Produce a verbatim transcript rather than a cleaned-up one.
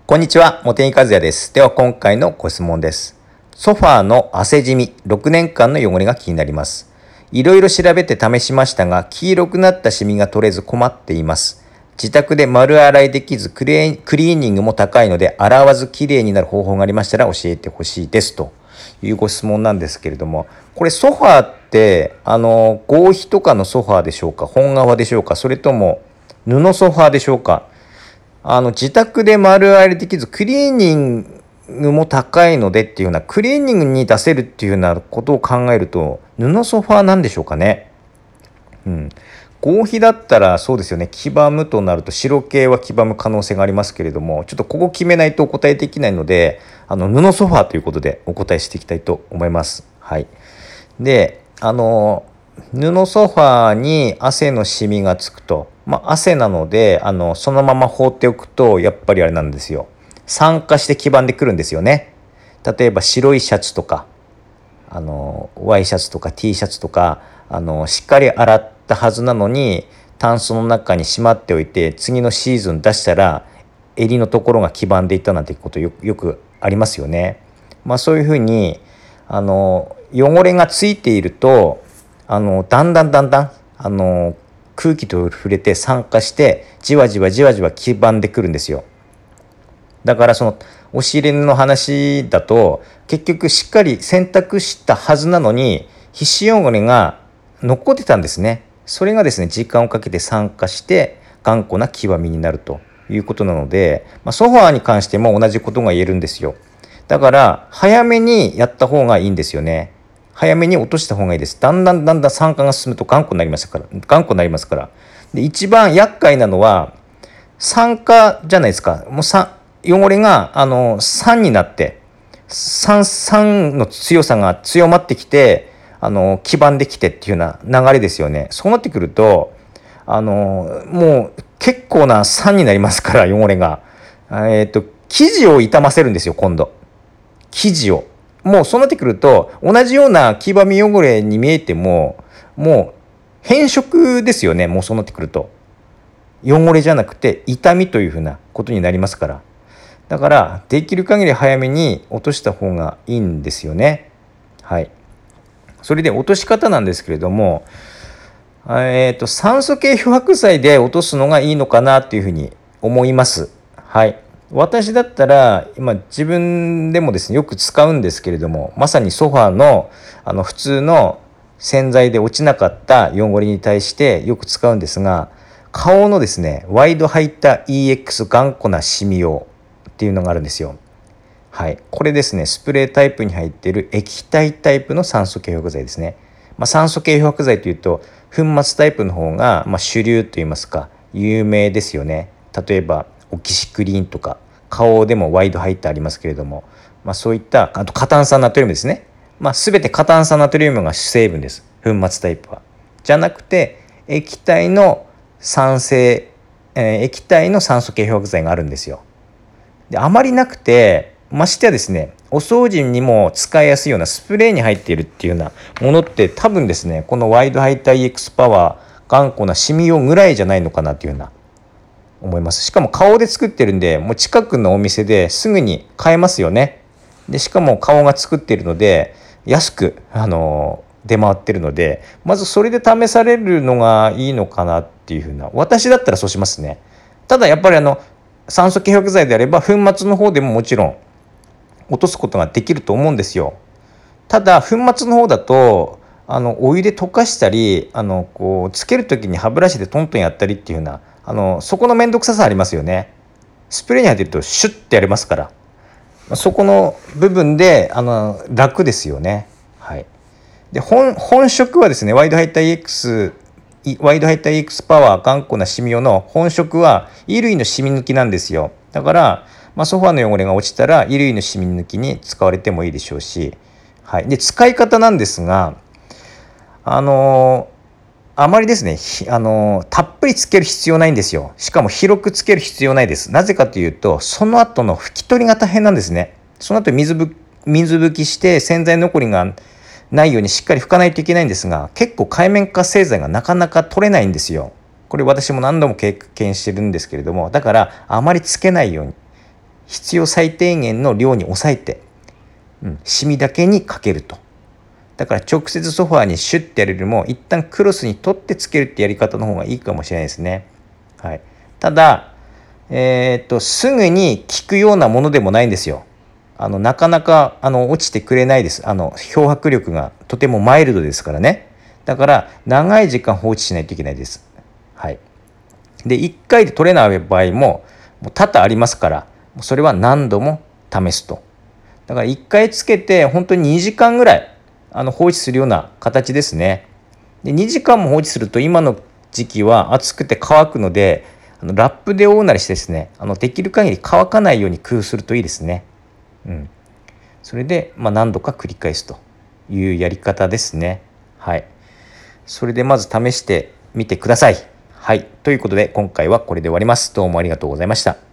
こんにちは、茂木和也です。では今回のご質問です。ソファーの汗じみ、ろくねんかんの汚れが気になります。いろいろ調べて試しましたが、黄色くなったシミが取れず困っています。自宅で丸洗いできずクレー、クリーニングも高いので、洗わずきれいになる方法がありましたら教えてほしいです。というご質問なんですけれども、これソファーって、あの、合皮とかのソファーでしょうか、本革でしょうか、それとも布ソファーでしょうか。あの、自宅で丸洗いできず、クリーニングも高いのでっていうような、クリーニングに出せるっていうようなことを考えると、布ソファーなんでしょうかね。うん。合皮だったらそうですよね。黄ばむとなると、白系は黄ばむ可能性がありますけれども、ちょっとここ決めないとお答えできないので、あの、布ソファーということでお答えしていきたいと思います。はい。で、あの、布ソファーに汗のシミがつくと、まあ、汗なのであのそのまま放っておくとやっぱりあれなんですよ、酸化して黄ばんでくるんですよね。例えば白いシャツとかあのワイシャツとか T シャツとかあのしっかり洗ったはずなのにタンスの中にしまっておいて次のシーズン出したら襟のところが黄ばんでいったなんてことよくよくありますよね。まあ、そういうふうにあの汚れがついているとあのだんだんだんだんあの空気と触れて酸化してじわじわじわじわ黄ばんでくるんですよ。だからその押し入れの話だと結局しっかり洗濯したはずなのに皮脂汚れが残ってたんですね。それがですね時間をかけて酸化して頑固な黄ばみになるということなので、まあ、ソファーに関しても同じことが言えるんですよ。だから早めにやった方がいいんですよね。早めに落とした方がいいです。だんだんだんだん酸化が進むと頑固になりますから、頑固になりますから。で、一番厄介なのは酸化じゃないですか。もう酸、汚れがあの酸になって酸酸の強さが強まってきて、あの黄ばんできてっていうような流れですよね。そうなってくると、あのもう結構な酸になりますから汚れが、えっと生地を傷ませるんですよ今度。生地を。もうそうなってくると同じような黄ばみ汚れに見えてももう変色ですよね。もうそうなってくると汚れじゃなくて痛みというふうなことになりますから、だからできる限り早めに落とした方がいいんですよね。はい。それで落とし方なんですけれども、えーと酸素系漂白剤で落とすのがいいのかなというふうに思います。はい。私だったら今自分でもですねよく使うんですけれども、まさにソファーのあの普通の洗剤で落ちなかった汚れに対してよく使うんですが、顔のですねワイドハイター イーエックス 頑固なシミ用っていうのがあるんですよ。はい。これですねスプレータイプに入っている液体タイプの酸素系漂白剤ですね。まあ、酸素系漂白剤というと粉末タイプの方がまあ主流といいますか有名ですよね。例えばオキシクリーンとか顔でもワイドハイターありますけれども、まあ、そういったあと過炭酸ナトリウムですね。まあ、全て過炭酸ナトリウムが主成分です。粉末タイプはじゃなくて液体の酸性、えー、液体の酸素系漂白剤があるんですよ。であまりなくて、ましてやですねお掃除にも使いやすいようなスプレーに入っているっていうようなものって多分ですねこのワイドハイター イーエックス パワー頑固なシミ用ぐらいじゃないのかなというような思います。しかも顔で作ってるんでもう近くのお店ですぐに買えますよね。でしかも顔が作っているので安くあの出回ってるので、まずそれで試されるのがいいのかなっていうふうな、私だったらそうしますね。ただやっぱりあの酸素系漂白剤であれば粉末の方でももちろん落とすことができると思うんですよ。ただ粉末の方だとあのお湯で溶かしたりあのこうつける時に歯ブラシでトントンやったりっていうようなあのそこの面倒くささありますよね。スプレーに入ってるとシュッてやれますから、そこの部分であの楽ですよね。はい。で 本, 本色はですねワイドハイター イーエックス ワイドハイター イーエックス パワー頑固なシミ用の本色は衣類のシミ抜きなんですよ。だから、まあ、ソファーの汚れが落ちたら衣類のシミ抜きに使われてもいいでしょうし、はい。で使い方なんですが、あのあまりですねあのたっぷりつける必要ないんですよ。しかも広くつける必要ないです。なぜかというとその後の拭き取りが大変なんですね。その後水ぶ水拭きして洗剤残りがないようにしっかり拭かないといけないんですが、結構界面活性剤がなかなか取れないんですよ。これ私も何度も経験してるんですけれども、だからあまりつけないように必要最低限の量に抑えて、うん、シミだけにかけると。だから直接ソファーにシュッてやるよりも一旦クロスに取ってつけるってやり方の方がいいかもしれないですね。はい、ただ、えー、っとすぐに効くようなものでもないんですよ。あのなかなかあの落ちてくれないです。あの漂白力がとてもマイルドですからね。だから長い時間放置しないといけないです。はい、でいっかいで取れない場合ももう多々ありますから、それは何度も試すと。だからいっかいつけて本当ににじかんぐらいあの放置するような形ですね。でにじかんも放置すると今の時期は暑くて乾くので、あのラップで覆うなりしてですね、あのできる限り乾かないように工夫するといいですね。うん、それで、まあ、何度か繰り返すというやり方ですね。はい、それでまず試してみてください。はい、ということで今回はこれで終わります。どうもありがとうございました。